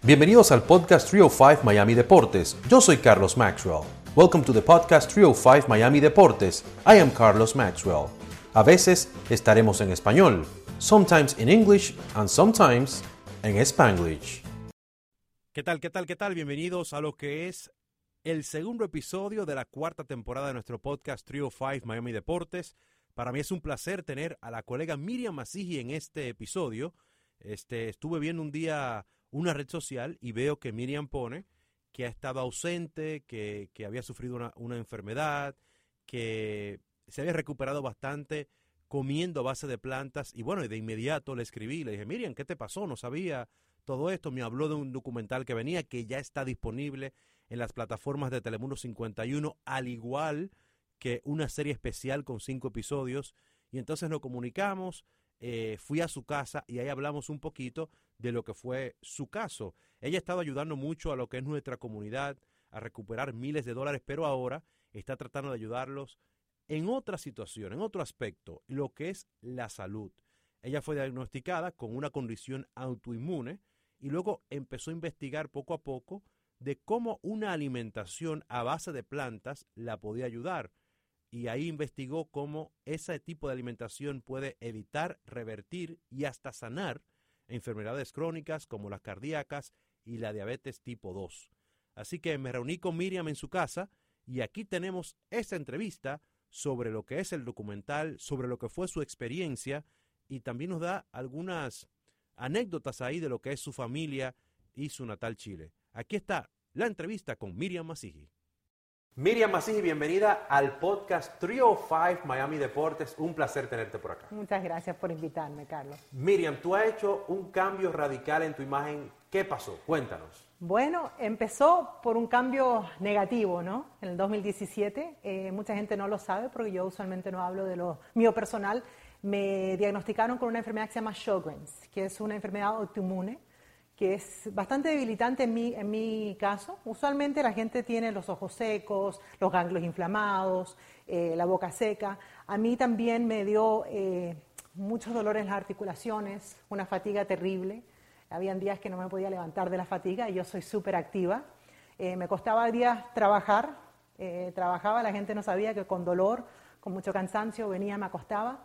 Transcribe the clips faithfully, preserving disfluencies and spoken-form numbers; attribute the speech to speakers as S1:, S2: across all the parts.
S1: Bienvenidos al podcast three oh five Miami Deportes. Yo soy Carlos Maxwell. Welcome to the podcast three oh five Miami Deportes. I am Carlos Maxwell. A veces estaremos en español, sometimes in English and sometimes en Spanglish.
S2: ¿Qué tal, qué tal, qué tal? Bienvenidos a lo que es el segundo episodio de la cuarta temporada de nuestro podcast three oh five Miami Deportes. Para mí es un placer tener a la colega Miriam Masigi en este episodio. Este, estuve viendo un día una red social y veo que Miriam pone que ha estado ausente, que, que había sufrido una, una enfermedad, que se había recuperado bastante comiendo a base de plantas. Y bueno, de inmediato le escribí, le dije, Miriam, ¿qué te pasó? No sabía todo esto. Me habló de un documental que venía, que ya está disponible en las plataformas de Telemundo cincuenta y uno, al igual que una serie especial con cinco episodios. Y entonces nos comunicamos, eh, fui a su casa y ahí hablamos un poquito de lo que fue su caso. Ella ha estado ayudando mucho a lo que es nuestra comunidad a recuperar miles de dólares, pero ahora está tratando de ayudarlos en otra situación, en otro aspecto, lo que es la salud. Ella fue diagnosticada con una condición autoinmune y luego empezó a investigar poco a poco de cómo una alimentación a base de plantas la podía ayudar. Y ahí investigó cómo ese tipo de alimentación puede evitar, revertir y hasta sanar enfermedades crónicas como las cardíacas y la diabetes tipo dos. Así que me reuní con Miriam en su casa y aquí tenemos esta entrevista sobre lo que es el documental, sobre lo que fue su experiencia y también nos da algunas anécdotas ahí de lo que es su familia y su natal Chile. Aquí está la entrevista con Miriam Masigi. Miriam Masigi, bienvenida al podcast three oh five Miami Deportes. Un placer tenerte por acá.
S3: Muchas gracias por invitarme, Carlos.
S2: Miriam, tú has hecho un cambio radical en tu imagen. ¿Qué pasó? Cuéntanos.
S3: Bueno, empezó por un cambio negativo, ¿no? En el dos mil diecisiete, eh, mucha gente no lo sabe porque yo usualmente no hablo de lo mío personal. Me diagnosticaron con una enfermedad que se llama Sjögren's, que es una enfermedad autoinmune, que es bastante debilitante en mi, en mi caso. Usualmente la gente tiene los ojos secos, los ganglios inflamados, eh, la boca seca. A mí también me dio eh, muchos dolores en las articulaciones, una fatiga terrible. Habían días que no me podía levantar de la fatiga y yo soy súper activa. Eh, me costaba días trabajar, eh, trabajaba, la gente no sabía que con dolor, con mucho cansancio, venía, me acostaba.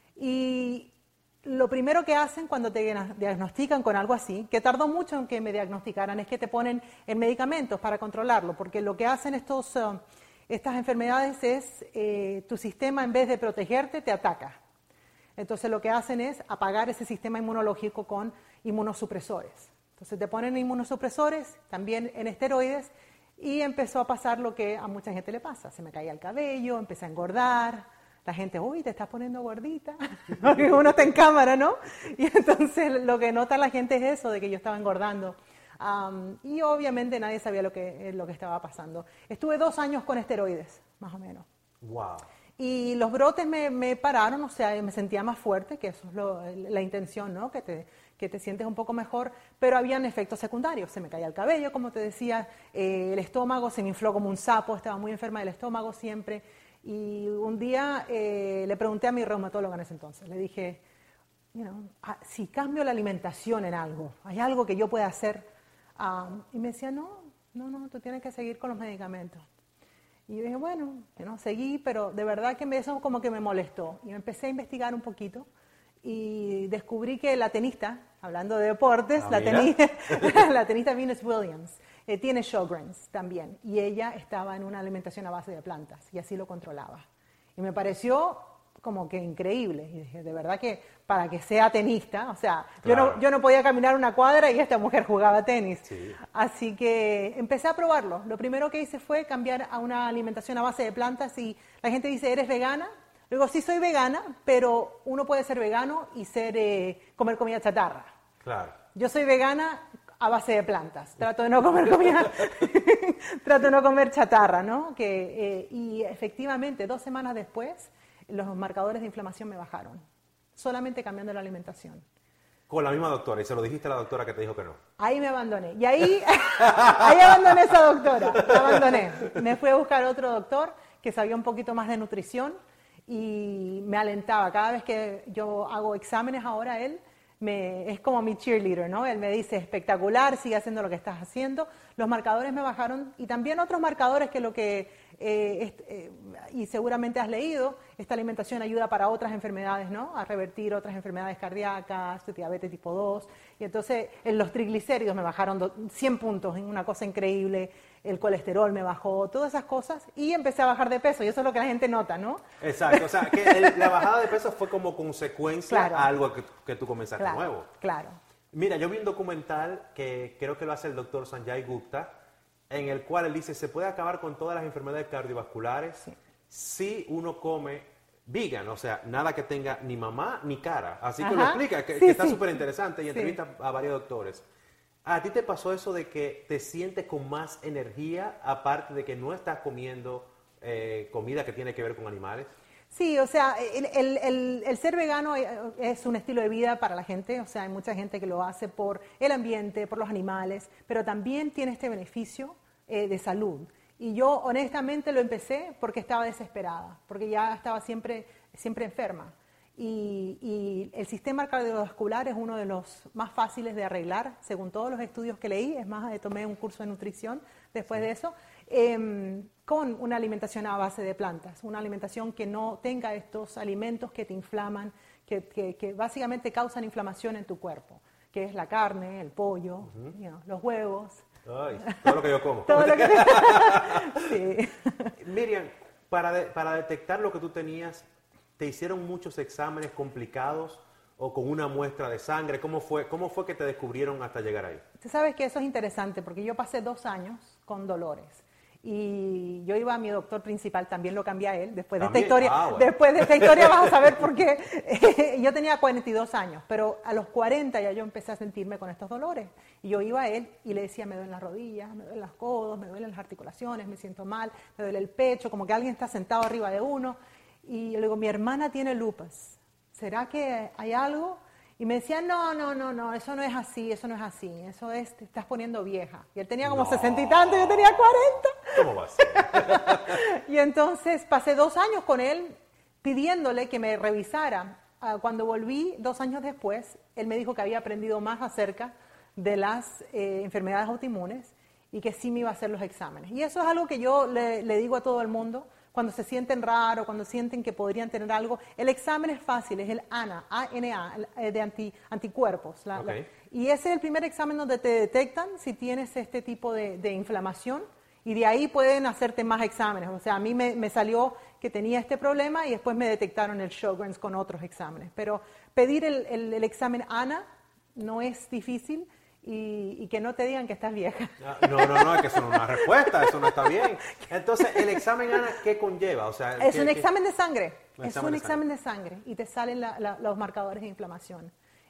S3: Y lo primero que hacen cuando te diagnostican con algo así, que tardó mucho en que me diagnosticaran, es que te ponen en medicamentos para controlarlo, porque lo que hacen estos, uh, estas enfermedades es, eh, tu sistema en vez de protegerte, te ataca. Entonces lo que hacen es apagar ese sistema inmunológico con inmunosupresores. Entonces te ponen inmunosupresores, también en esteroides, y empezó a pasar lo que a mucha gente le pasa. Se me caía el cabello, empecé a engordar. La gente, uy, te estás poniendo gordita, porque uno está en cámara, ¿no? Y entonces lo que nota la gente es eso, de que yo estaba engordando. Um, y obviamente nadie sabía lo que, lo que estaba pasando. Estuve dos años con esteroides, más o menos.
S2: Wow.
S3: Y los brotes me, me pararon, o sea, me sentía más fuerte, que eso es lo, la intención, ¿no? Que te, que te sientes un poco mejor, pero habían efectos secundarios. Se me caía el cabello, como te decía, eh, el estómago se me infló como un sapo, estaba muy enferma del estómago siempre. Y un día eh, le pregunté a mi reumatóloga en ese entonces, le dije, you know, ah, si cambio la alimentación en algo, ¿hay algo que yo pueda hacer? Um, y me decía, no, no, no, tú tienes que seguir con los medicamentos. Y yo dije, bueno, you know, seguí, pero de verdad que eso como que me molestó. Y empecé a investigar un poquito y descubrí que la tenista, hablando de deportes, ah, la, tenista, la tenista Venus Williams, Eh, tiene Sjögren's también, y ella estaba en una alimentación a base de plantas, y así lo controlaba. Y me pareció como que increíble, y dije, de verdad que para que sea tenista, o sea, claro. yo, no, yo no podía caminar una cuadra y esta mujer jugaba tenis. Sí. Así que empecé a probarlo. Lo primero que hice fue cambiar a una alimentación a base de plantas, y la gente dice, ¿eres vegana? Luego, sí soy vegana, pero uno puede ser vegano y ser eh, comer comida chatarra.
S2: Claro.
S3: Yo soy vegana a base de plantas. Trato de no comer comida, trato de no comer chatarra, ¿no? Que, eh, y efectivamente, dos semanas después, los marcadores de inflamación me bajaron, solamente cambiando la alimentación.
S2: Con la misma doctora, y se lo dijiste a la doctora que te dijo que no.
S3: Ahí me abandoné, y ahí, ahí abandoné a esa doctora, la abandoné. Me fui a buscar otro doctor que sabía un poquito más de nutrición y me alentaba. Cada vez que yo hago exámenes ahora, él me, es como mi cheerleader, ¿no? Él me dice, espectacular, sigue haciendo lo que estás haciendo. Los marcadores me bajaron y también otros marcadores que lo que, eh, est, eh, y seguramente has leído, esta alimentación ayuda para otras enfermedades, ¿no? A revertir otras enfermedades cardíacas, diabetes tipo dos. Y entonces en los triglicéridos me bajaron cien puntos, en una cosa increíble. El colesterol me bajó, todas esas cosas, y empecé a bajar de peso, y eso es lo que la gente nota, ¿no?
S2: Exacto, o sea, que el, la bajada de peso fue como consecuencia
S3: Claro.
S2: a algo que, que tú comenzaste
S3: Claro,
S2: nuevo.
S3: claro.
S2: Mira, yo vi un documental que creo que lo hace el doctor Sanjay Gupta, en el cual él dice, se puede acabar con todas las enfermedades cardiovasculares
S3: Sí.
S2: si uno come vegan, o sea, nada que tenga ni mamá ni cara. Así que
S3: Ajá.
S2: lo explica, que,
S3: Sí,
S2: que está
S3: sí.
S2: súper interesante y
S3: Sí.
S2: entrevista a varios doctores. ¿A ti te pasó eso de que te sientes con más energía, aparte de que no estás comiendo eh, comida que tiene que ver con animales?
S3: Sí, o sea, el, el, el, el ser vegano es un estilo de vida para la gente, o sea, hay mucha gente que lo hace por el ambiente, por los animales, pero también tiene este beneficio eh, de salud. Y yo honestamente lo empecé porque estaba desesperada, porque ya estaba siempre, siempre enferma. Y, y el sistema cardiovascular es uno de los más fáciles de arreglar, según todos los estudios que leí. Es más, tomé un curso de nutrición después de eso, eh, con una alimentación a base de plantas, una alimentación que no tenga estos alimentos que te inflaman, que, que, que básicamente causan inflamación en tu cuerpo, que es la carne, el pollo, uh-huh. you know, los huevos.
S2: Ay, todo lo que yo como.
S3: Todo lo que... sí.
S2: Miriam, para, de, para detectar lo que tú tenías, ¿te hicieron muchos exámenes complicados o con una muestra de sangre? ¿Cómo fue, cómo fue que te descubrieron hasta llegar ahí?
S3: Tú sabes que eso es interesante porque yo pasé dos años con dolores y yo iba a mi doctor principal, también lo cambié a él. Después de esta historia,
S2: ah, bueno.
S3: después de esta historia vas a saber por qué. Yo tenía cuarenta y dos años, pero a los cuarenta ya yo empecé a sentirme con estos dolores. Y yo iba a él y le decía, me duelen las rodillas, me duelen los codos, me duelen las articulaciones, me siento mal, me duele el pecho, como que alguien está sentado arriba de uno. Y yo le digo, mi hermana tiene lupus, ¿será que hay algo? Y me decía, no, no, no, no, eso no es así, eso no es así, eso es, te estás poniendo vieja. Y él tenía como sesenta no. y tanto, yo tenía cuarenta.
S2: ¿Cómo va a ser?
S3: Y entonces pasé dos años con él pidiéndole que me revisara. Cuando volví dos años después, él me dijo que había aprendido más acerca de las eh, enfermedades autoinmunes y que sí me iba a hacer los exámenes. Y eso es algo que yo le, le digo a todo el mundo. Cuando se sienten raro, cuando sienten que podrían tener algo, el examen es fácil, es el A N A, A N A, de anti, anticuerpos. La,
S2: okay.
S3: la, y ese es el primer examen donde te detectan si tienes este tipo de, de inflamación y de ahí pueden hacerte más exámenes. O sea, a mí me, me salió que tenía este problema y después me detectaron el Sjögren's con otros exámenes. Pero pedir el, el, el examen A N A no es difícil. Y, y que no te digan que estás vieja.
S2: No, no, no, es que eso no es una respuesta, eso no está bien. Entonces, ¿el examen A N A qué conlleva? O sea,
S3: es
S2: ¿qué,
S3: un
S2: qué?
S3: examen de sangre,
S2: Un
S3: es
S2: examen
S3: un
S2: de
S3: examen de sangre y te salen la, la, los marcadores de inflamación.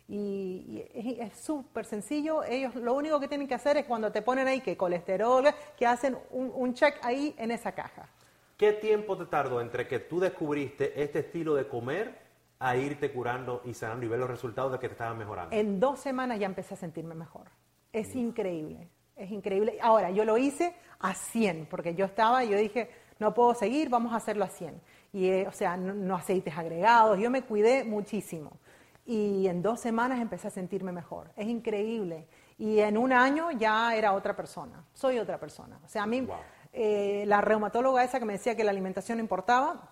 S3: Y, y es súper sencillo, ellos lo único que tienen que hacer es cuando te ponen ahí que colesterol, que hacen un, un check ahí en esa caja.
S2: ¿Qué tiempo te tardó entre que tú descubriste este estilo de comer a irte curando y sanando y ver los resultados de que te estaban mejorando?
S3: En dos semanas ya empecé a sentirme mejor. Es increíble, es increíble. Ahora, yo lo hice a cien, porque yo estaba y yo dije, no puedo seguir, vamos a hacerlo a cien. Y, eh, o sea, no, no aceites agregados, yo me cuidé muchísimo. Y en dos semanas empecé a sentirme mejor. Es increíble. Y en un año ya era otra persona, soy otra persona. O sea, a mí, wow. eh, la reumatóloga esa que me decía que la alimentación no importaba,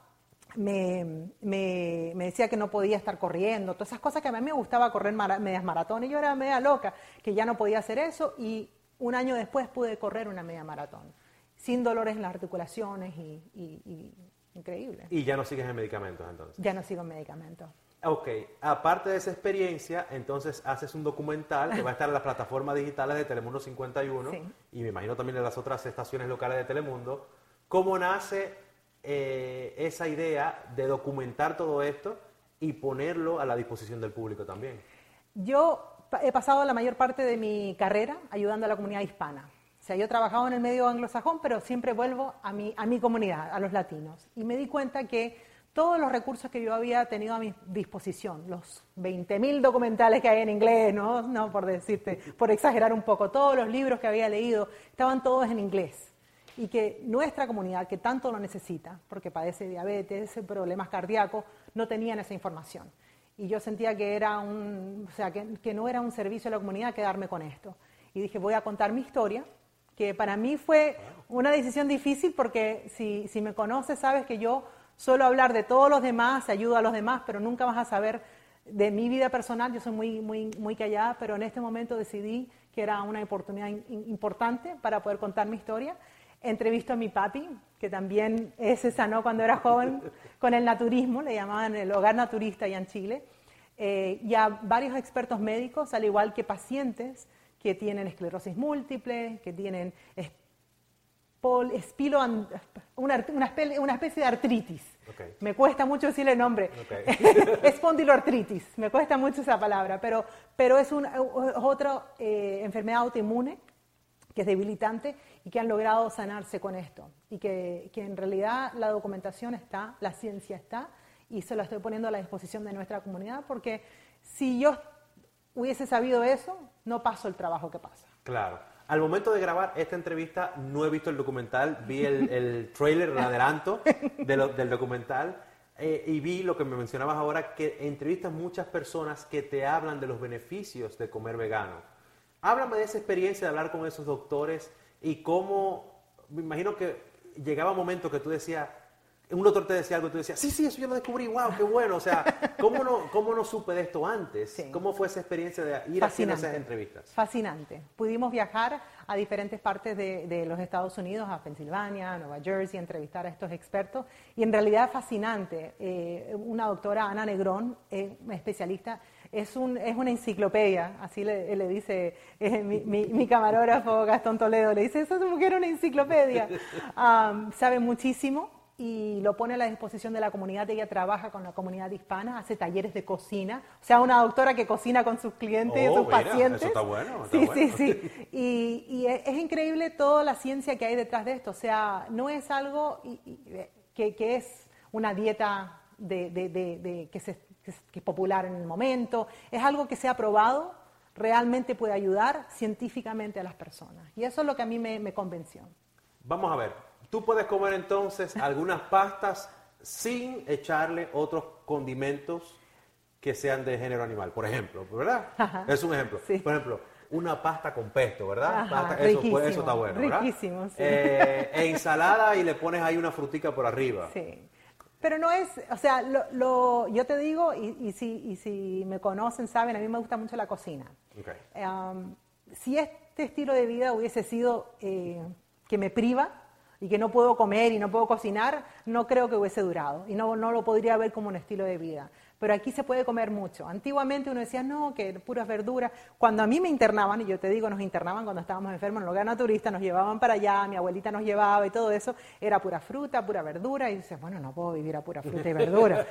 S3: Me, me, me decía que no podía estar corriendo, todas esas cosas que a mí me gustaba correr mara, medias maratones, yo era media loca, que ya no podía hacer eso y un año después pude correr una media maratón, sin dolores en las articulaciones y, y, y increíble.
S2: ¿Y ya no sigues en medicamentos entonces?
S3: Ya no sigo en medicamentos.
S2: Ok, aparte de esa experiencia, entonces haces un documental que va a estar en las plataformas digitales de Telemundo cincuenta y uno sí. y me imagino también en las otras estaciones locales de Telemundo. ¿Cómo nace Eh, esa idea de documentar todo esto y ponerlo a la disposición del público también?
S3: Yo he pasado la mayor parte de mi carrera ayudando a la comunidad hispana. O sea, yo he trabajado en el medio anglosajón, pero siempre vuelvo a mi, a mi comunidad, a los latinos. Y me di cuenta que todos los recursos que yo había tenido a mi disposición, los veinte mil documentales que hay en inglés, ¿no? No por decirte, por exagerar un poco, todos los libros que había leído, estaban todos en inglés. Y que nuestra comunidad, que tanto lo necesita, porque padece diabetes, problemas cardíacos, no tenían esa información. y yo sentía que, era un, o sea, que, que no era un servicio a la comunidad quedarme con esto. Y dije, voy a contar mi historia, que para mí fue una decisión difícil porque si, si me conoces sabes que yo suelo hablar de todos los demás, ayudo a los demás, pero nunca vas a saber de mi vida personal. Yo soy muy, muy, muy callada, pero en este momento decidí que era una oportunidad in, importante para poder contar mi historia. Entrevisto a mi papi, que también se sanó cuando era joven con el naturismo, le llamaban el hogar naturista allá en Chile, eh, y a varios expertos médicos, al igual que pacientes que tienen esclerosis múltiple, que tienen espol, espilo, una, una, una especie de artritis. Okay. Me cuesta mucho decirle el nombre. Okay. Espondiloartritis, me cuesta mucho esa palabra, pero, pero es, un, es otra eh, enfermedad autoinmune que es debilitante y que han logrado sanarse con esto. Y que, que en realidad la documentación está, la ciencia está, y se la estoy poniendo a la disposición de nuestra comunidad, porque si yo hubiese sabido eso, no paso el trabajo que pasa.
S2: Claro. Al momento de grabar esta entrevista no he visto el documental, vi el, el trailer, el adelanto de lo, del documental, eh, y vi lo que me mencionabas ahora, que entrevistas muchas personas que te hablan de los beneficios de comer vegano. Háblame de esa experiencia de hablar con esos doctores y cómo, me imagino que llegaba un momento que tú decías, un doctor te decía algo y tú decías, sí, sí, eso yo lo descubrí, wow, qué bueno. O sea, ¿cómo no, cómo no supe de esto antes? Sí. ¿Cómo fue esa experiencia de ir a esas entrevistas?
S3: Fascinante. Pudimos viajar a diferentes partes de, de los Estados Unidos, a Pensilvania, a Nueva Jersey, a entrevistar a estos expertos. Y en realidad es fascinante. Eh, una doctora, Ana Negrón, eh, especialista, es, un, es una enciclopedia, así le, le dice eh, mi, mi, mi camarógrafo Gastón Toledo, le dice, esa mujer es una enciclopedia. Um, sabe muchísimo. Y lo pone a la disposición de la comunidad. Ella trabaja con la comunidad hispana, hace talleres de cocina, o sea, una doctora que cocina con sus clientes
S2: oh,
S3: y sus
S2: mira,
S3: pacientes.
S2: Eso está bueno. Está
S3: sí,
S2: bueno.
S3: sí, sí. Y, y es, es increíble toda la ciencia que hay detrás de esto. O sea, no es algo y, y, que, que es una dieta de, de, de, de, que, se, que es popular en el momento. Es algo que se ha probado, realmente puede ayudar científicamente a las personas. Y eso es lo que a mí me, me convenció.
S2: Vamos a ver. Tú puedes comer entonces algunas pastas sin echarle otros condimentos que sean de género animal, por ejemplo, ¿verdad? Ajá. Es un ejemplo. Sí. Por ejemplo, una pasta con pesto, ¿verdad?
S3: Ajá,
S2: pasta, eso, pues, eso está bueno, ¿verdad?
S3: Riquísimo, sí.
S2: Eh, e ensalada y le pones ahí una frutica por arriba.
S3: Sí. Pero no es, o sea, lo, lo, yo te digo, y, y, si, y si me conocen, saben, a mí me gusta mucho la cocina. Okay. Um, si este estilo de vida hubiese sido eh, que me priva, y que no puedo comer y no puedo cocinar, no creo que hubiese durado y no, no lo podría ver como un estilo de vida. Pero aquí se puede comer mucho. Antiguamente uno decía, no, que puras verduras. Cuando a mí me internaban, y yo te digo, nos internaban cuando estábamos enfermos en el hogar naturista, nos llevaban para allá, mi abuelita nos llevaba y todo eso, era pura fruta, pura verdura, y dices, bueno, no puedo vivir a pura fruta y verdura.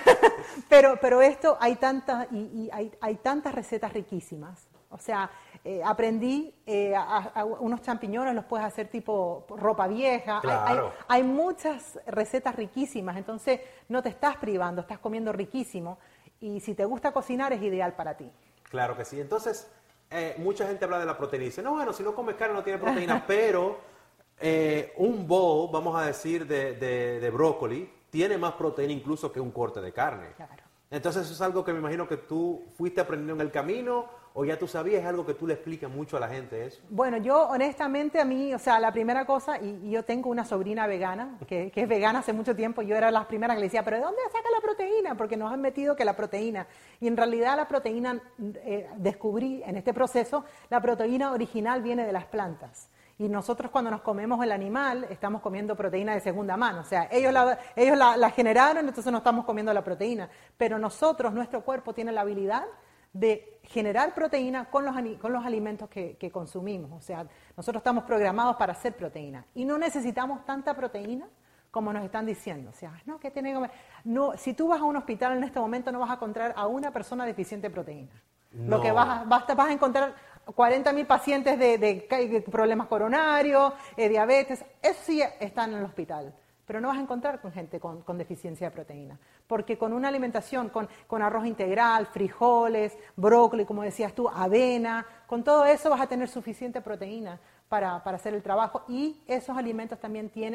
S3: pero, pero esto, hay tantas, y, y hay, hay tantas recetas riquísimas. O sea, eh, aprendí eh, a, a unos champiñones, los puedes hacer tipo ropa vieja.
S2: Claro.
S3: Hay, hay, hay muchas recetas riquísimas, entonces no te estás privando, estás comiendo riquísimo. Y si te gusta cocinar, es ideal para ti.
S2: Claro que sí. Entonces, eh, mucha gente habla de la proteína y dice, no, bueno, si no comes carne no tiene proteína, pero eh, un bowl, vamos a decir, de, de, de brócoli, tiene más proteína incluso que un corte de carne. Claro. Entonces, eso es algo que me imagino que tú fuiste aprendiendo en el camino, o ya tú sabías, es algo que tú le explicas mucho a la gente eso.
S3: Bueno, yo honestamente a mí, o sea, la primera cosa, y, y yo tengo una sobrina vegana, que, que es vegana hace mucho tiempo, yo era la primera que le decía, pero ¿de dónde saca la proteína? Porque nos han metido que la proteína, y en realidad la proteína, eh, descubrí en este proceso, la proteína original viene de las plantas. Y nosotros cuando nos comemos el animal, estamos comiendo proteína de segunda mano. O sea, ellos la, ellos la, la generaron, entonces no estamos comiendo la proteína. Pero nosotros, nuestro cuerpo tiene la habilidad de generar proteína con los, con los alimentos que, que consumimos. O sea, nosotros estamos programados para hacer proteína. Y no necesitamos tanta proteína como nos están diciendo. O sea, no, ¿qué tiene que comer? No, si tú vas a un hospital en este momento no vas a encontrar a una persona deficiente de proteína. No. Lo que vas a, vas, vas a encontrar cuarenta mil pacientes de, de, de problemas coronarios, eh, diabetes, eso sí están en el hospital, pero no vas a encontrar con gente con, con deficiencia de proteína, porque con una alimentación, con, con arroz integral, frijoles, brócoli, como decías tú, avena, con todo eso vas a tener suficiente proteína para, para hacer el trabajo, y esos alimentos también tienen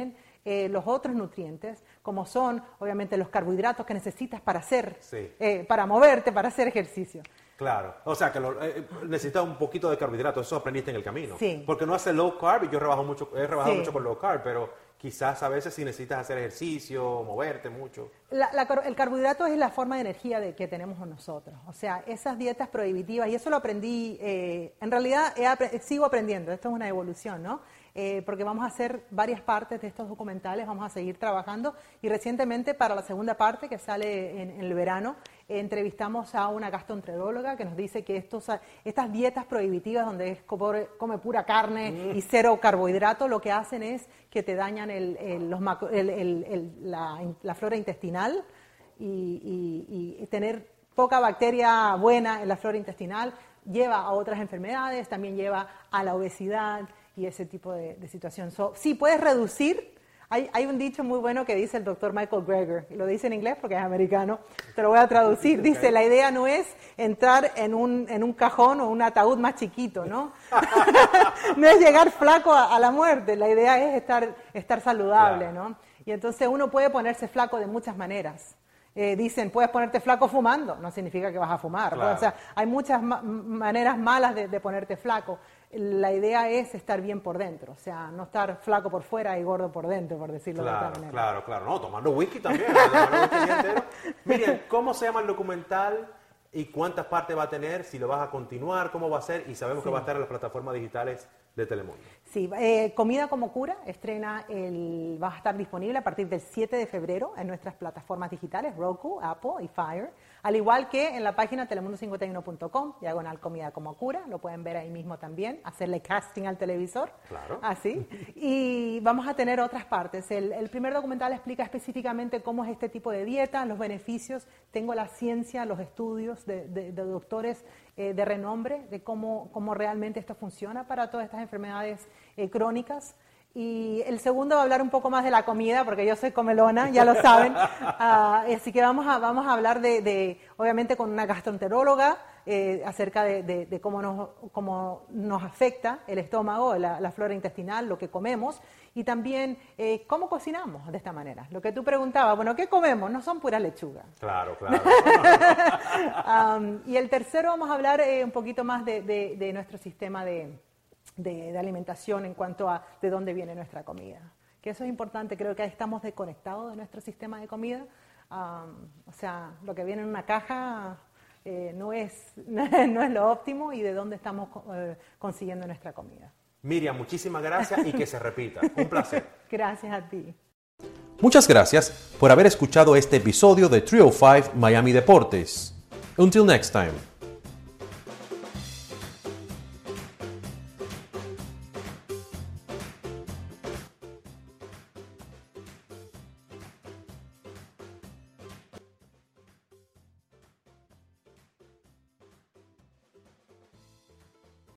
S3: eh, los otros nutrientes, como son obviamente los carbohidratos que necesitas para hacer,
S2: sí.
S3: eh, para moverte, para hacer ejercicio.
S2: Claro, o sea que lo, eh, necesitas un poquito de carbohidratos, eso aprendiste en el camino.
S3: Sí.
S2: Porque no hace low carb y yo rebajo mucho, he rebajado
S3: Sí.
S2: mucho con low carb, pero quizás a veces si necesitas hacer ejercicio, moverte mucho.
S3: La, la, el carbohidrato es la forma de energía de, que tenemos nosotros. O sea, esas dietas prohibitivas, y eso lo aprendí, eh, en realidad he, sigo aprendiendo, esto es una evolución, ¿no? Eh, porque vamos a hacer varias partes de estos documentales, vamos a seguir trabajando, y recientemente para la segunda parte que sale en, en el verano, eh, entrevistamos a una gastroenteróloga que nos dice que estos, estas dietas prohibitivas donde es come, come pura carne mm. y cero carbohidratos, lo que hacen es que te dañan el, el, los macro, el, el, el, la, la flora intestinal y, y, y tener poca bacteria buena en la flora intestinal lleva a otras enfermedades, también lleva a la obesidad y ese tipo de, de situación. So, sí, puedes reducir. Hay, hay un dicho muy bueno que dice el doctor Michael Greger, y lo dice en inglés porque es americano, te lo voy a traducir. Dice, okay. La idea no es entrar en un, en un cajón o un ataúd más chiquito, ¿no? No es llegar flaco a, a la muerte, la idea es estar, estar saludable, claro. ¿no? Y entonces uno puede ponerse flaco de muchas maneras. Eh, dicen, puedes ponerte flaco fumando, no significa que vas a fumar. Claro. Pues, o sea, hay muchas ma maneras malas de, de ponerte flaco. La idea es estar bien por dentro, o sea, no estar flaco por fuera y gordo por dentro, por decirlo
S2: claro,
S3: de otra manera.
S2: Claro, claro, no, tomando whisky también. Tomando whisky el día entero. Miriam, ¿cómo se llama el documental y cuántas partes va a tener? Si lo vas a continuar, ¿cómo va a ser? Y sabemos sí. que va a estar en las plataformas digitales de Telemundo.
S3: Sí, eh, Comida como Cura estrena, el, va a estar disponible a partir del siete de febrero en nuestras plataformas digitales, Roku, Apple y Fire, al igual que en la página telemundo cincuenta y uno punto com, diagonal Comida como Cura, lo pueden ver ahí mismo también, hacerle casting al televisor,
S2: claro.
S3: así, y vamos a tener otras partes. El, el primer documental explica específicamente cómo es este tipo de dieta, los beneficios, tengo la ciencia, los estudios de, de, de doctores eh, de renombre, de cómo, cómo realmente esto funciona para todas estas enfermedades eh, crónicas. Y el segundo va a hablar un poco más de la comida, porque yo soy comelona, ya lo saben. Uh, así que vamos a, vamos a hablar de, de, obviamente con una gastroenteróloga, eh, acerca de, de, de cómo, nos, cómo nos afecta el estómago, la, la flora intestinal, lo que comemos, y también eh, cómo cocinamos de esta manera. Lo que tú preguntabas, bueno, ¿qué comemos? No son pura lechuga.
S2: Claro, claro.
S3: um, y el tercero vamos a hablar eh, un poquito más de, de, de nuestro sistema de... De, de alimentación en cuanto a de dónde viene nuestra comida. Que eso es importante, creo que ahí estamos desconectados de nuestro sistema de comida. Um, o sea, lo que viene en una caja eh, no, es, no es lo óptimo y de dónde estamos eh, consiguiendo nuestra comida.
S2: Miriam, muchísimas gracias y que se repita. Un placer.
S3: Gracias a ti.
S1: Muchas gracias por haber escuchado este episodio de trescientos cinco Miami Deportes. Until next time.